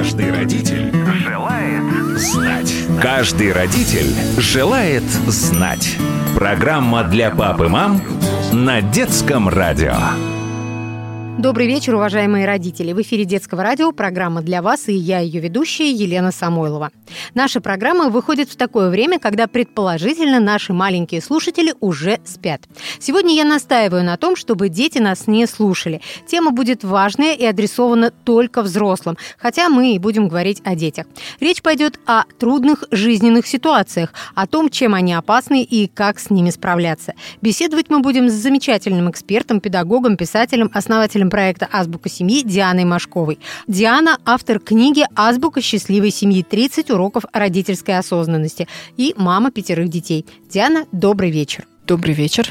Каждый родитель желает знать. Каждый родитель желает знать. Программа для пап и мам на Детском радио. Добрый вечер, уважаемые родители. В эфире Детского радио программа для вас, и я, ее ведущая, Елена Самойлова. Наша программа выходит в такое время, когда, предположительно, наши маленькие слушатели уже спят. Сегодня я настаиваю на том, чтобы дети нас не слушали. Тема будет важная и адресована только взрослым, хотя мы и будем говорить о детях. Речь пойдет о трудных жизненных ситуациях, о том, чем они опасны и как с ними справляться. Беседовать мы будем с замечательным экспертом, педагогом, писателем, основателем проекта «Азбука семьи» Дианой Машковой. Диана – автор книги «Азбука счастливой семьи. 30 уроков родительской осознанности» и мама 5 детей. Диана, добрый вечер. Добрый вечер.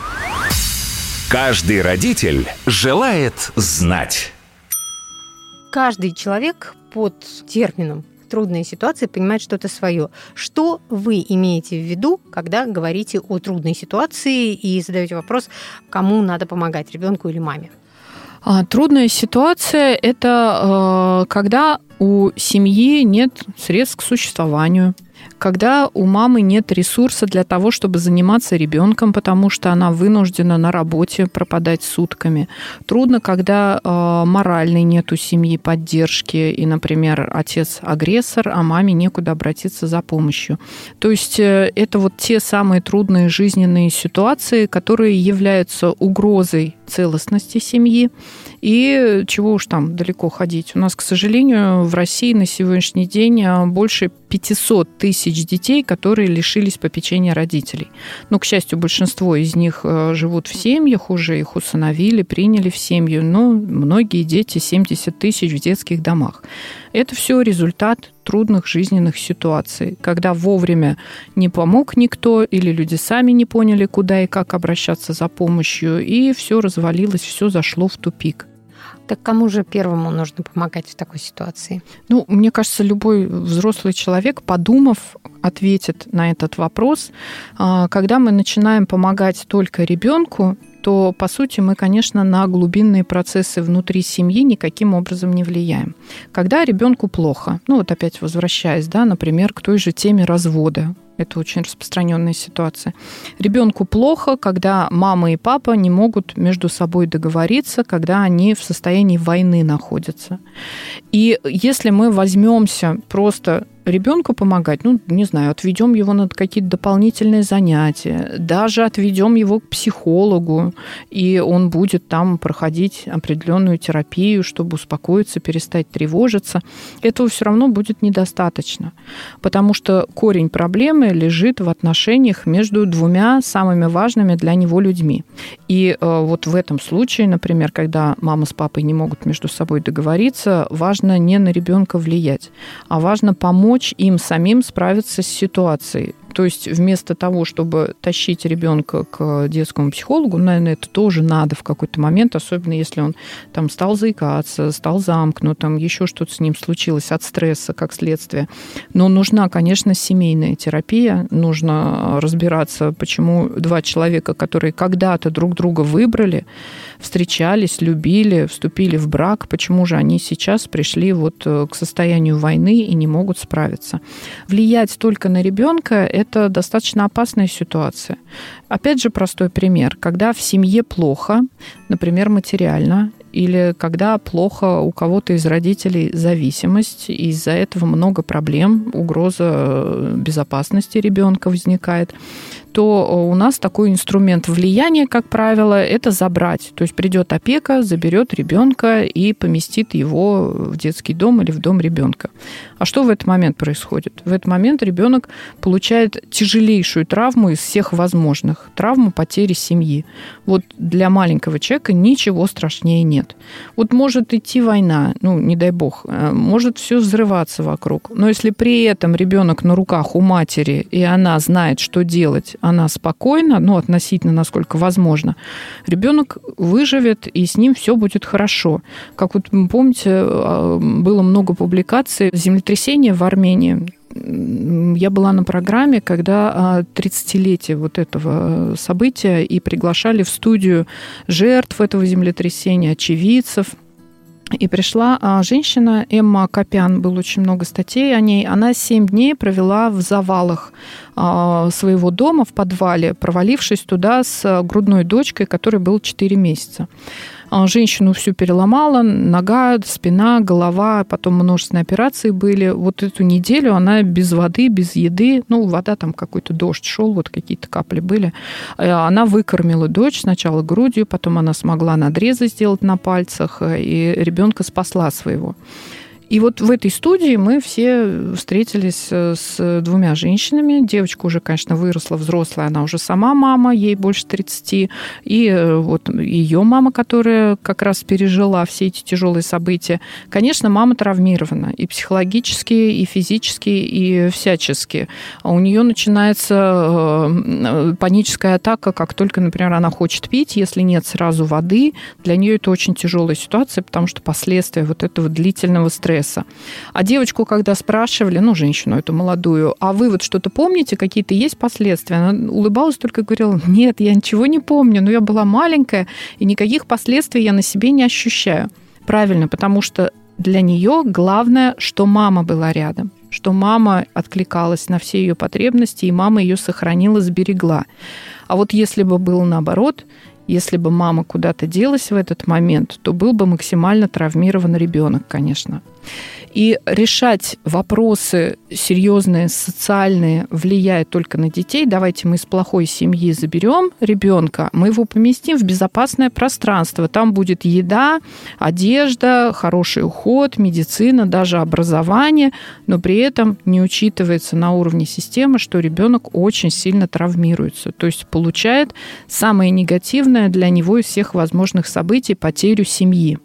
Каждый родитель желает знать. Каждый человек под термином трудные ситуации понимает что-то свое. Что вы имеете в виду, когда говорите о трудной ситуации и задаете вопрос, кому надо помогать, ребенку или маме? Трудная ситуация – это когда у семьи нет средств к существованию, когда у мамы нет ресурса для того, чтобы заниматься ребенком, потому что она вынуждена на работе пропадать сутками. Трудно, когда моральной нет у семьи поддержки, и, например, отец агрессор, а маме некуда обратиться за помощью. То есть это вот те самые трудные жизненные ситуации, которые являются угрозой целостности семьи. И чего уж там далеко ходить. У нас, к сожалению, в России на сегодняшний день больше 500 тысяч детей, которые лишились попечения родителей. Но, к счастью, большинство из них живут в семьях, уже их усыновили, приняли в семью, но многие дети, 70 тысяч в детских домах. Это все результат трудных жизненных ситуаций, когда вовремя не помог никто или люди сами не поняли, куда и как обращаться за помощью, и все развалилось, все зашло в тупик. Так кому же первому нужно помогать в такой ситуации? Мне кажется, любой взрослый человек, подумав, ответит на этот вопрос. Когда мы начинаем помогать только ребенку, то, по сути, мы, конечно, на глубинные процессы внутри семьи никаким образом не влияем. Когда ребенку плохо, опять возвращаясь, например, к той же теме развода, это очень распространенная ситуация. Ребенку плохо, когда мама и папа не могут между собой договориться, когда они в состоянии войны находятся. И если мы возьмемся просто ребенку помогать, отведем его на какие-то дополнительные занятия, даже отведем его к психологу, и он будет там проходить определенную терапию, чтобы успокоиться, перестать тревожиться, этого все равно будет недостаточно, потому что корень проблемы лежит в отношениях между двумя самыми важными для него людьми. И вот в этом случае, например, когда мама с папой не могут между собой договориться, важно не на ребенка влиять, а важно помочь им самим справиться с ситуацией. То есть вместо того, чтобы тащить ребенка к детскому психологу, наверное, это тоже надо в какой-то момент, особенно если он там стал заикаться, стал замкнутым, еще что-то с ним случилось от стресса как следствие. Но нужна, конечно, семейная терапия, нужно разбираться, почему два человека, которые когда-то друг друга выбрали, встречались, любили, вступили в брак, почему же они сейчас пришли к состоянию войны и не могут справиться. Влиять только на ребенка – это достаточно опасная ситуация. Опять же, простой пример. Когда в семье плохо, например, материально, или когда плохо у кого-то из родителей зависимость, и из-за этого много проблем, угроза безопасности ребенка возникает, то у нас такой инструмент влияния, как правило, это забрать. То есть придет опека, заберет ребенка и поместит его в детский дом или в дом ребенка. А что в этот момент происходит? В этот момент ребенок получает тяжелейшую травму из всех возможных. Травму потери семьи. Для маленького человека ничего страшнее нет. Может идти война, не дай бог, может все взрываться вокруг. Но если при этом ребенок на руках у матери, и она знает, что делать, она спокойна, относительно, насколько возможно, ребенок выживет, и с ним все будет хорошо. Как помните, было много публикаций землетрясения в Армении. Я была на программе, когда 30-летие этого события, и приглашали в студию жертв этого землетрясения, очевидцев. И пришла женщина, Эмма Копян, было очень много статей о ней. Она 7 дней провела в завалах своего дома в подвале, провалившись туда с грудной дочкой, которой было 4 месяца. Женщину всю переломала, нога, спина, голова, потом множественные операции были. Вот эту неделю она без воды, без еды, вода там какой-то дождь шел, вот какие-то капли были. Она выкормила дочь сначала грудью, потом она смогла надрезы сделать на пальцах, и ребенка спасла своего. И вот в этой студии мы все встретились с 2 женщинами. Девочка уже, конечно, выросла, взрослая, она уже сама мама, ей больше 30. И вот ее мама, которая как раз пережила все эти тяжелые события. Конечно, мама травмирована и психологически, и физически, и всячески. У нее начинается паническая атака, как только, например, она хочет пить, если нет сразу воды. Для нее это очень тяжелая ситуация, потому что последствия вот этого длительного стресса. А девочку, когда спрашивали, женщину эту молодую, а вы вот что-то помните, какие-то есть последствия? Она улыбалась только и говорила: нет, я ничего не помню, но я была маленькая, и никаких последствий я на себе не ощущаю. Правильно, потому что для нее главное, что мама была рядом, что мама откликалась на все ее потребности, и мама ее сохранила, сберегла. А вот если бы было наоборот, если бы мама куда-то делась в этот момент, то был бы максимально травмирован ребенок, конечно. И решать вопросы серьезные, социальные, влияя только на детей. Давайте мы из плохой семьи заберем ребенка, мы его поместим в безопасное пространство. Там будет еда, одежда, хороший уход, медицина, даже образование, но при этом не учитывается на уровне системы, что ребенок очень сильно травмируется. То есть получает самое негативное для него из всех возможных событий — потерю семьи.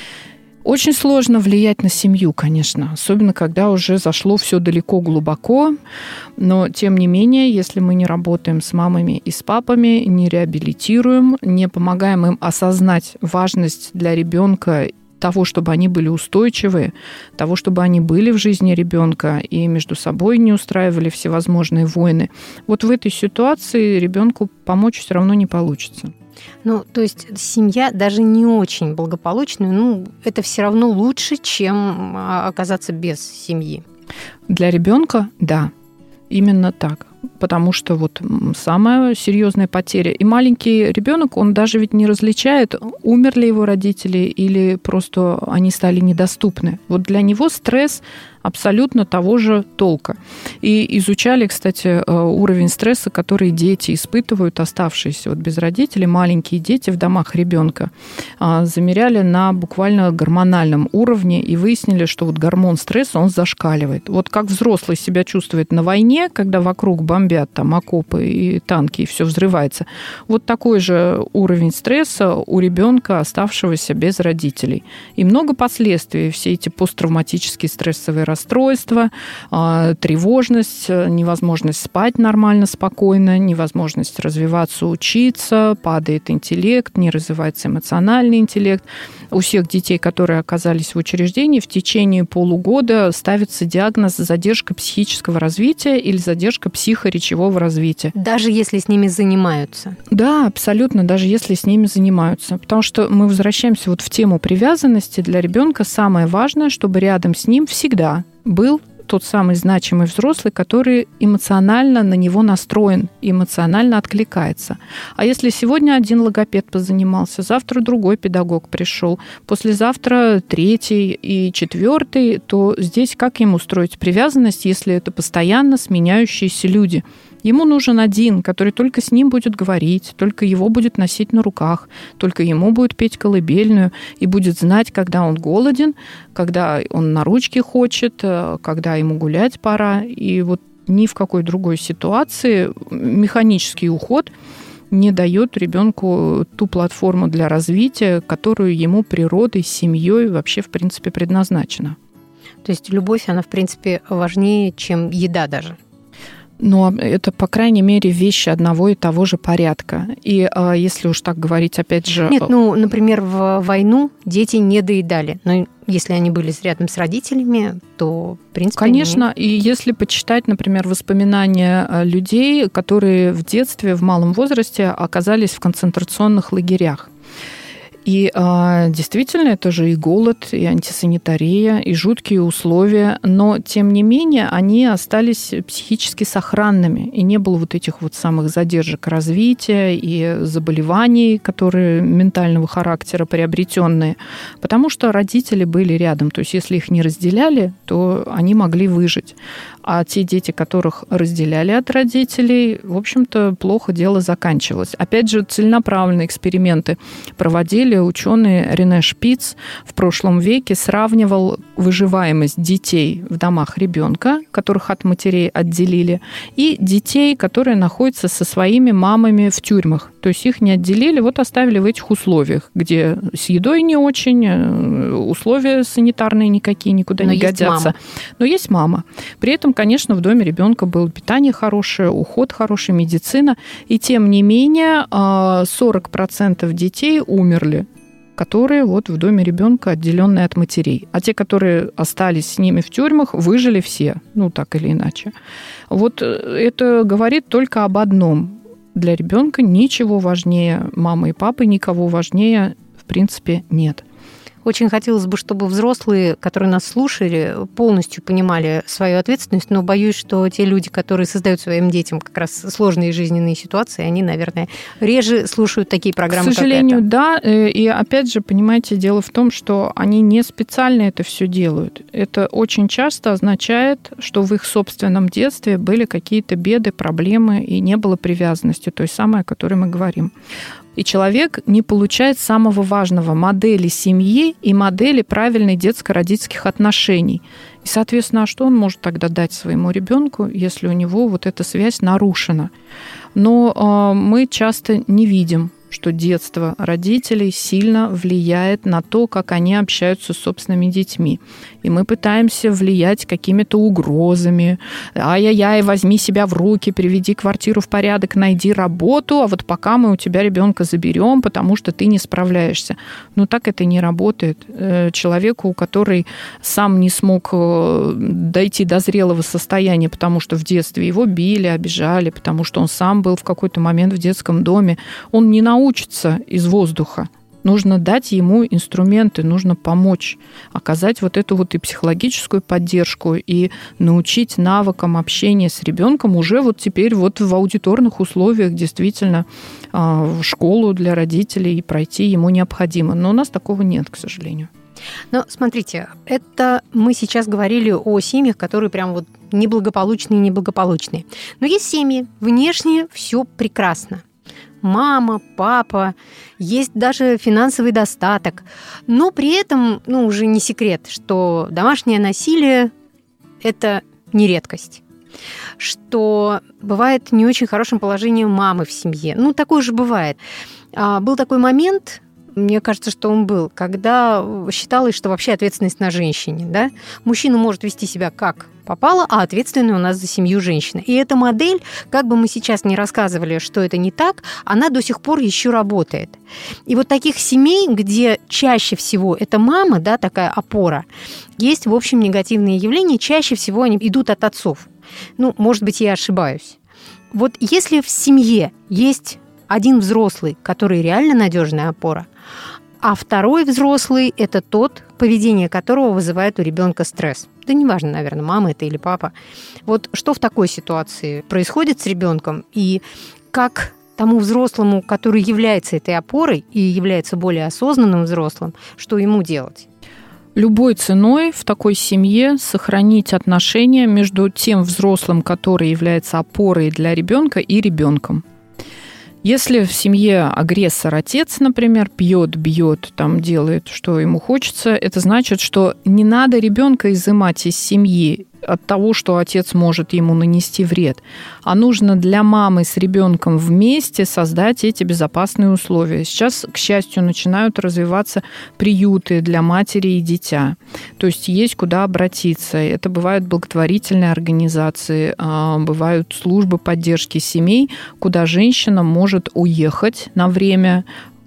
Очень сложно влиять на семью, конечно, особенно когда уже зашло все далеко, глубоко. Но, тем не менее, если мы не работаем с мамами и с папами, не реабилитируем, не помогаем им осознать важность для ребенка того, чтобы они были устойчивы, того, чтобы они были в жизни ребенка и между собой не устраивали всевозможные войны, вот в этой ситуации ребенку помочь все равно не получится. То есть семья даже не очень благополучная, это все равно лучше, чем оказаться без семьи. Для ребенка, да, именно так. Потому что вот самая серьезная потеря. И маленький ребенок, он даже ведь не различает, умерли его родители или просто они стали недоступны. Вот для него стресс абсолютно того же толка. И изучали, кстати, уровень стресса, который дети испытывают, оставшиеся без родителей, маленькие дети в домах ребенка. Замеряли на буквально гормональном уровне и выяснили, что вот гормон стресса, он зашкаливает. Вот как взрослый себя чувствует на войне, когда вокруг бомбят там окопы и танки, и все взрывается. Вот такой же уровень стресса у ребенка, оставшегося без родителей. И много последствий. Все эти посттравматические стрессовые расстройства, тревожность, невозможность спать нормально, спокойно, невозможность развиваться, учиться, падает интеллект, не развивается эмоциональный интеллект. У всех детей, которые оказались в учреждении, в течение полугода ставится диагноз задержка психического развития или задержка психоречевого развития. Даже если с ними занимаются? Да, абсолютно, даже если с ними занимаются. Потому что мы возвращаемся вот в тему привязанности. Для ребенка самое важное, чтобы рядом с ним всегда был тот самый значимый взрослый, который эмоционально на него настроен, эмоционально откликается. А если сегодня один логопед позанимался, завтра другой педагог пришел, послезавтра третий и четвертый, то здесь как ему строить привязанность, если это постоянно сменяющиеся люди? Ему нужен один, который только с ним будет говорить, только его будет носить на руках, только ему будет петь колыбельную и будет знать, когда он голоден, когда он на ручки хочет, когда ему гулять пора. И вот ни в какой другой ситуации механический уход не дает ребенку ту платформу для развития, которую ему природой, семьей вообще, в принципе, предназначена. То есть любовь, она, в принципе, важнее, чем еда даже? Но это, по крайней мере, вещи одного и того же порядка. И если уж так говорить, опять же... Нет, например, в войну дети не доедали. Но если они были рядом с родителями, то, в принципе... Конечно, и если почитать, например, воспоминания людей, которые в детстве, в малом возрасте оказались в концентрационных лагерях. И действительно, это же и голод, и антисанитария, и жуткие условия, но, тем не менее, они остались психически сохранными, и не было вот этих вот самых задержек развития и заболеваний, которые ментального характера приобретенные, потому что родители были рядом, то есть если их не разделяли, то они могли выжить. А те дети, которых разделяли от родителей, в общем-то, плохо дело заканчивалось. Опять же, целенаправленные эксперименты проводили ученый Рене Шпиц. В прошлом веке сравнивал выживаемость детей в домах ребенка, которых от матерей отделили, и детей, которые находятся со своими мамами в тюрьмах. То есть их не отделили, вот оставили в этих условиях, где с едой не очень, условия санитарные никакие никуда не годятся. Но есть мама. При этом, конечно, в доме ребенка было питание хорошее, уход хороший, медицина. И тем не менее 40% детей умерли, которые вот в доме ребенка, отделенные от матерей. А те, которые остались с ними в тюрьмах, выжили все, ну так или иначе. Вот это говорит только об одном. Для ребенка ничего важнее мамы и папы, никого важнее, в принципе, нет. Очень хотелось бы, чтобы взрослые, которые нас слушали, полностью понимали свою ответственность, но боюсь, что те люди, которые создают своим детям как раз сложные жизненные ситуации, они, наверное, реже слушают такие программы, к сожалению, да. И опять же, понимаете, дело в том, что они не специально это все делают. Это очень часто означает, что в их собственном детстве были какие-то беды, проблемы, и не было привязанности, той самой, о которой мы говорим. И человек не получает самого важного – модели семьи и модели правильной детско-родительских отношений. И, соответственно, что он может тогда дать своему ребенку, если у него вот эта связь нарушена? Но мы часто не видим, что детство родителей сильно влияет на то, как они общаются с собственными детьми. И мы пытаемся влиять какими-то угрозами. Ай-яй-яй, возьми себя в руки, приведи квартиру в порядок, найди работу, а вот пока мы у тебя ребенка заберем, потому что ты не справляешься. Но так это не работает. Человеку, который сам не смог дойти до зрелого состояния, потому что в детстве его били, обижали, потому что он сам был в какой-то момент в детском доме, он не научится из воздуха. Нужно дать ему инструменты, нужно помочь, оказать вот эту вот и психологическую поддержку, и научить навыкам общения с ребенком уже вот теперь вот в аудиторных условиях действительно в школу для родителей пройти ему необходимо. Но у нас такого нет, к сожалению. Но смотрите, это мы сейчас говорили о семьях, которые прям вот неблагополучные. Но есть семьи, внешне все прекрасно. Мама, папа, есть даже финансовый достаток. Но при этом, уже не секрет, что домашнее насилие – это не редкость. Что бывает не очень хорошим положением мамы в семье. Такое же бывает. Был такой момент, мне кажется, что он был, когда считалось, что вообще ответственность на женщине. Да? Мужчина может вести себя как попало, а ответственная у нас за семью женщина. И эта модель, как бы мы сейчас не рассказывали, что это не так, она до сих пор еще работает. И вот таких семей, где чаще всего это мама, да, такая опора, есть, в общем, негативные явления, чаще всего они идут от отцов. Может быть, я ошибаюсь. Вот если в семье есть один взрослый, который реально надежная опора, а второй взрослый – это тот, поведение которого вызывает у ребенка стресс. Да неважно, наверное, мама это или папа. Вот что в такой ситуации происходит с ребенком, и как тому взрослому, который является этой опорой и является более осознанным взрослым, что ему делать? Любой ценой в такой семье сохранить отношения между тем взрослым, который является опорой для ребенка, и ребенком. Если в семье агрессор отец, например, пьет, бьет, делает, что ему хочется, это значит, что не надо ребенка изымать из семьи от того, что отец может ему нанести вред, а нужно для мамы с ребенком вместе создать эти безопасные условия. Сейчас, к счастью, начинают развиваться приюты для матери и дитя. То есть есть куда обратиться. Это бывают благотворительные организации, бывают службы поддержки семей, куда женщина может уехать на время,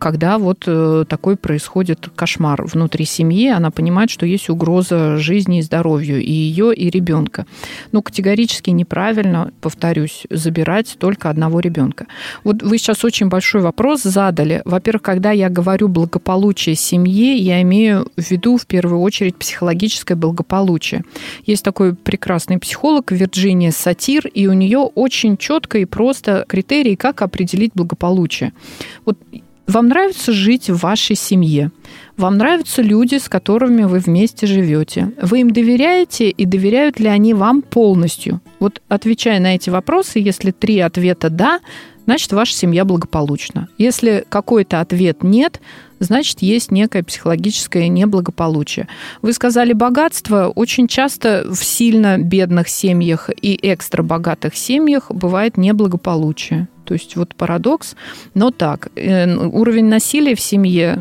когда вот такой происходит кошмар внутри семьи, она понимает, что есть угроза жизни и здоровью и ее, и ребенка. Но категорически неправильно, повторюсь, забирать только одного ребенка. Вот вы сейчас очень большой вопрос задали. Во-первых, когда я говорю благополучие семьи, я имею в виду в первую очередь психологическое благополучие. Есть такой прекрасный психолог Вирджиния Сатир, и у нее очень четко и просто критерии, как определить благополучие. Вот вам нравится жить в вашей семье? Вам нравятся люди, с которыми вы вместе живете? Вы им доверяете, и доверяют ли они вам полностью? Вот отвечая на эти вопросы, если 3 ответа «да», значит, ваша семья благополучна. Если какой-то ответ «нет», значит, есть некое психологическое неблагополучие. Вы сказали богатство. Очень часто в сильно бедных семьях и экстра богатых семьях бывает неблагополучие. То есть вот парадокс, но так. Уровень насилия в семье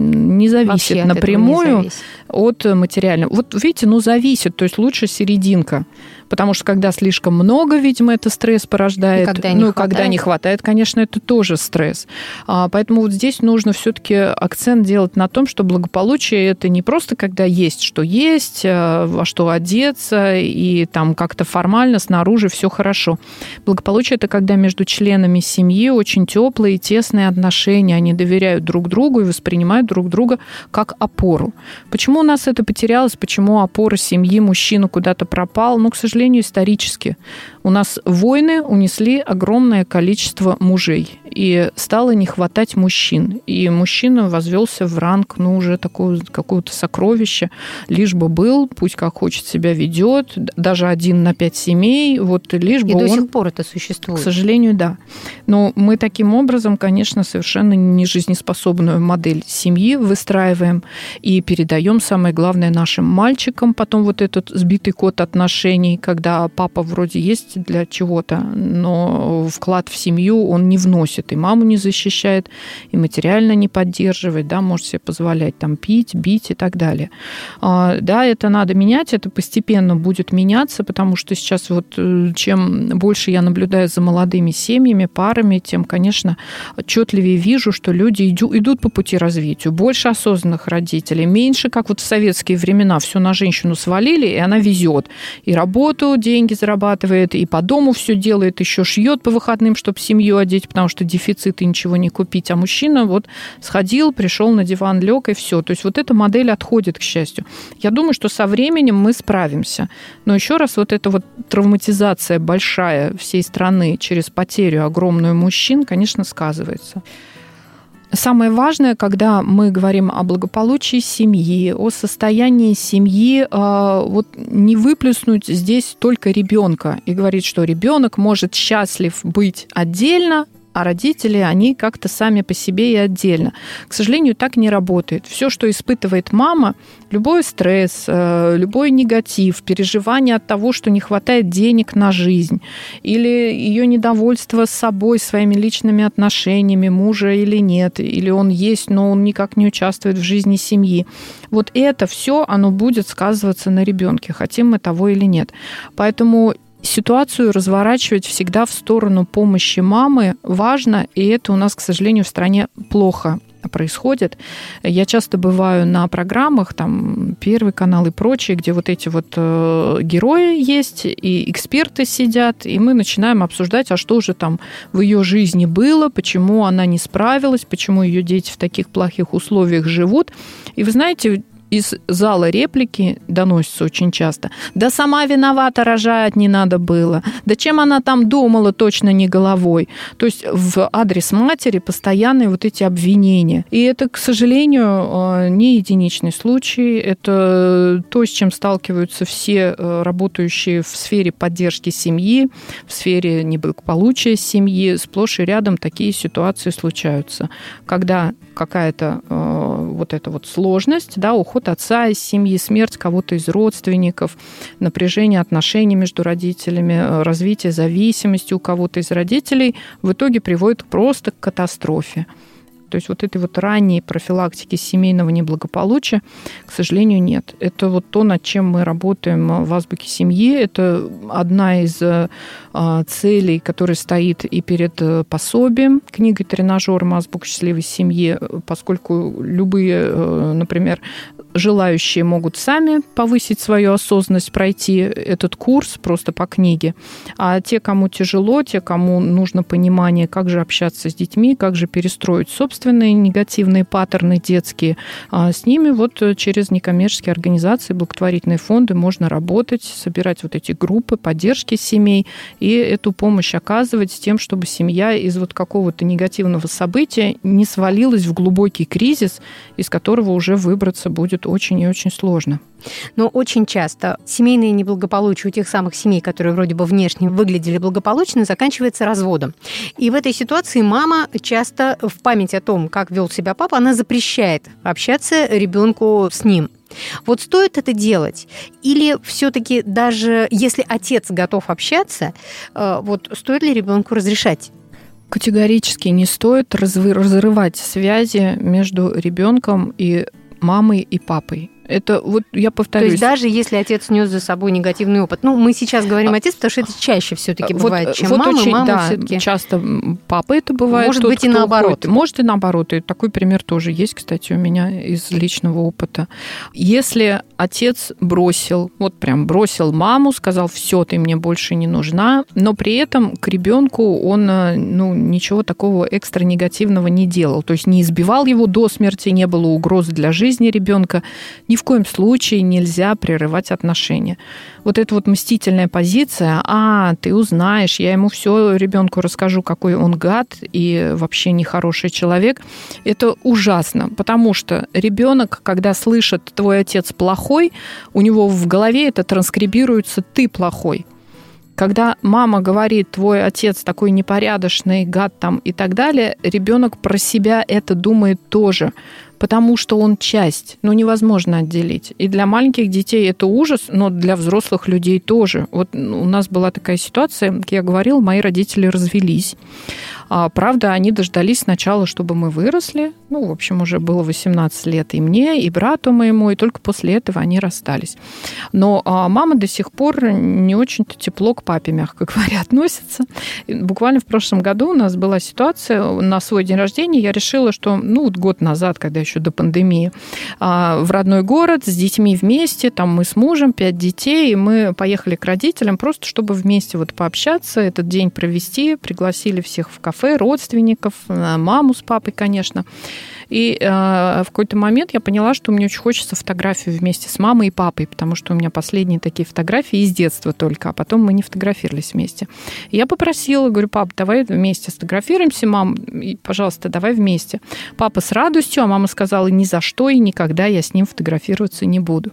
не зависит напрямую от материального. Вот видите, зависит, то есть лучше серединка. Потому что когда слишком много, видимо, это стресс порождает. Когда не хватает, конечно, это тоже стресс. Поэтому вот здесь нужно все-таки акцент делать на том, что благополучие – это не просто когда есть, что есть, во что одеться, и там как-то формально снаружи все хорошо. Благополучие – это когда между членами семьи очень теплые, тесные отношения. Они доверяют друг другу и воспринимают друг друга как опору. Почему у нас это потерялось? Почему опора семьи, мужчина куда-то пропал? К сожалению, исторически. У нас войны унесли огромное количество мужей, и стало не хватать мужчин. И мужчина возвелся в ранг, уже такого какого-то сокровища, лишь бы был, пусть как хочет себя ведет, даже 1 на 5 семей, лишь бы он... И до сих пор это существует. К сожалению, да. Но мы таким образом, конечно, совершенно не жизнеспособную модель семьи выстраиваем и передаем, самое главное, нашим мальчикам потом этот сбитый код отношений, когда папа вроде есть для чего-то, но вклад в семью он не вносит, и маму не защищает, и материально не поддерживает, может себе позволять пить, бить и так далее. Да, это надо менять, это постепенно будет меняться, потому что сейчас чем больше я наблюдаю за молодыми семьями, парами, тем, конечно, отчетливее вижу, что люди идут по пути развития. Больше осознанных родителей, меньше, как в советские времена, все на женщину свалили, и она везет. И работу, деньги зарабатывает, и по дому все делает, еще шьет по выходным, чтобы семью одеть, потому что дефицит и ничего не купить. А мужчина сходил, пришел на диван, лег, и все. То есть эта модель отходит, к счастью. Я думаю, что со временем мы справимся. Но еще раз, эта травматизация большая всей страны через потерю огромную мужчин, конечно, сказывается. Самое важное, когда мы говорим о благополучии семьи, о состоянии семьи, не выплеснуть здесь только ребенка и говорить, что ребенок может счастлив быть отдельно, а родители, они как-то сами по себе и отдельно. К сожалению, так не работает. Все, что испытывает мама, любой стресс, любой негатив, переживание от того, что не хватает денег на жизнь, или ее недовольство с собой, своими личными отношениями, мужа или нет, или он есть, но он никак не участвует в жизни семьи. Это все, оно будет сказываться на ребенке, хотим мы того или нет. Поэтому ситуацию разворачивать всегда в сторону помощи мамы важно, и это у нас, к сожалению, в стране плохо происходит. Я часто бываю на программах, Первый канал и прочие, где эти герои есть, и эксперты сидят, и мы начинаем обсуждать, а что же в ее жизни было, почему она не справилась, почему ее дети в таких плохих условиях живут. И вы знаете, из зала реплики доносятся очень часто. Да сама виновата, рожать не надо было. Да чем она думала, точно не головой. То есть в адрес матери постоянные эти обвинения. И это, к сожалению, не единичный случай. Это то, с чем сталкиваются все работающие в сфере поддержки семьи, в сфере неблагополучия семьи. Сплошь и рядом такие ситуации случаются. Когда какая-то сложность, уход отца из семьи, смерть кого-то из родственников, напряжение отношений между родителями, развитие зависимости у кого-то из родителей в итоге приводит просто к катастрофе. То есть вот этой вот ранней профилактики семейного неблагополучия, к сожалению, нет. Это вот то, над чем мы работаем в «Азбуке семьи». Это одна из целей, которая стоит и перед пособием, книгой-тренажером «Азбука счастливой семьи», поскольку любые, например, желающие могут сами повысить свою осознанность, пройти этот курс просто по книге. А те, кому тяжело, те, кому нужно понимание, как же общаться с детьми, как же перестроить собственные негативные паттерны детские, с ними вот через некоммерческие организации, благотворительные фонды можно работать, собирать вот эти группы поддержки семей и эту помощь оказывать с тем, чтобы семья из вот какого-то негативного события не свалилась в глубокий кризис, из которого уже выбраться будет очень и очень сложно. Но очень часто семейное неблагополучие у тех самых семей, которые вроде бы внешне выглядели благополучно, заканчивается разводом. И в этой ситуации мама часто в память о том, как вел себя папа, она запрещает общаться ребенку с ним. Вот стоит это делать? Или все-таки даже если отец готов общаться, вот стоит ли ребенку разрешать? Категорически не стоит разрывать связи между ребенком и мамой и папой. Это вот я повторюсь. То есть даже если отец нес за собой негативный опыт. Ну, мы сейчас говорим отец, потому что это чаще все-таки бывает, чем вот мама. Очень, мама да, все-таки. Часто папа это бывает. Может быть и наоборот. Уходит. Может и наоборот. И такой пример тоже есть, кстати, у меня из личного опыта. Если отец бросил, вот прям бросил маму, сказал: все, ты мне больше не нужна, но при этом к ребенку он ничего такого экстра негативного не делал. То есть не избивал его до смерти, не было угрозы для жизни ребенка. Ни в коем случае нельзя прерывать отношения. Вот эта вот мстительная позиция: ты узнаешь, я ему все ребенку расскажу, какой он гад и вообще нехороший человек. Это ужасно, потому что ребенок, когда слышит: твой отец плохой, у него в голове это транскрибируется: ты плохой. Когда мама говорит: твой отец такой непорядочный, гад там и так далее, ребенок про себя это думает тоже, потому что он часть, невозможно отделить. И для маленьких детей это ужас, но для взрослых людей тоже. Вот у нас была такая ситуация, как я говорила, мои родители развелись. Правда, они дождались сначала, чтобы мы выросли. В общем, уже было 18 лет и мне, и брату моему, и только после этого они расстались. Но мама до сих пор не очень-то тепло к папе, мягко говоря, относится. И буквально в прошлом году у нас была ситуация, на свой день рождения я решила, что, год назад, когда еще до пандемии, в родной город с детьми вместе, там мы с мужем, 5 детей, и мы поехали к родителям просто, чтобы вместе пообщаться, этот день провести, пригласили всех в кафе, родственников, маму с папой, конечно. И в какой-то момент я поняла, что мне очень хочется фотографию вместе с мамой и папой, потому что у меня последние такие фотографии из детства только, а потом мы не фотографировались вместе. И я попросила, говорю: пап, давай вместе сфотографируемся, мам, пожалуйста, давай вместе. Папа с радостью, а мама сказала: ни за что и никогда я с ним фотографироваться не буду.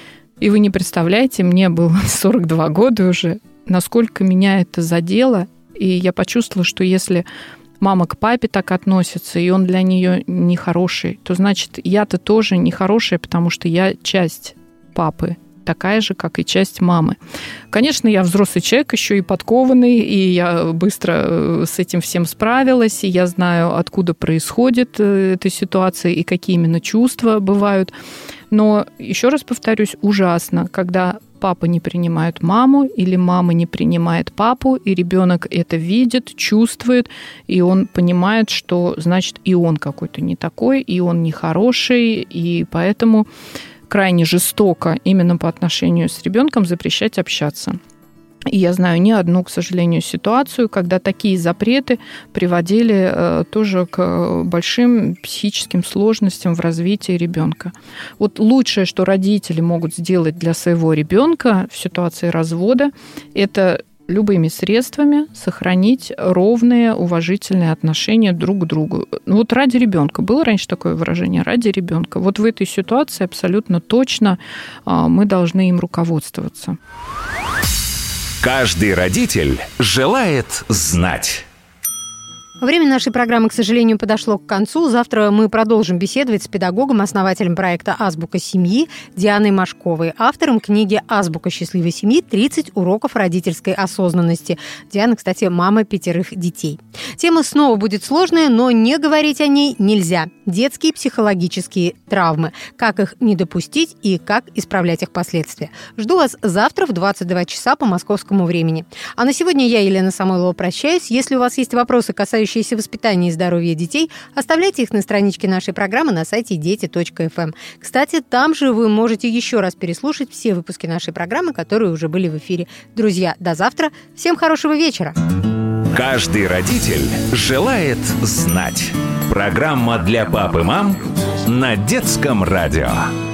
И вы не представляете, мне было 42 года уже, насколько меня это задело. И я почувствовала, что если мама к папе так относится, и он для нее нехороший, то значит, я-то тоже нехорошая, потому что я часть папы, такая же, как и часть мамы. Конечно, я взрослый человек, еще и подкованный, и я быстро с этим всем справилась, и я знаю, откуда происходит эта ситуация, и какие именно чувства бывают. Но, еще раз повторюсь, ужасно, когда папа не принимает маму или мама не принимает папу, и ребенок это видит, чувствует, и он понимает, что, значит, и он какой-то не такой, и он нехороший, и поэтому крайне жестоко именно по отношению с ребенком запрещать общаться. И я знаю не одну, к сожалению, ситуацию, когда такие запреты приводили тоже к большим психическим сложностям в развитии ребенка. Вот лучшее, что родители могут сделать для своего ребенка в ситуации развода, это любыми средствами сохранить ровные, уважительные отношения друг к другу. Вот ради ребенка. Было раньше такое выражение? Ради ребенка. Вот в этой ситуации абсолютно точно мы должны им руководствоваться. Каждый родитель желает знать. Время нашей программы, к сожалению, подошло к концу. Завтра мы продолжим беседовать с педагогом, основателем проекта «Азбука семьи» Дианой Машковой, автором книги «Азбука счастливой семьи. 30 уроков родительской осознанности». Диана, кстати, мама 5 детей. Тема снова будет сложная, но не говорить о ней нельзя. Детские психологические травмы. Как их не допустить и как исправлять их последствия. Жду вас завтра в 22 часа по московскому времени. А на сегодня я, Елена Самойлова, прощаюсь. Если у вас есть вопросы, касающиеся воспитания и здоровья детей, оставляйте их на страничке нашей программы на сайте дети.fm. Кстати, там же вы можете еще раз переслушать все выпуски нашей программы, которые уже были в эфире. Друзья, до завтра. Всем хорошего вечера. Каждый родитель желает знать. Программа для пап и мам на Детском радио.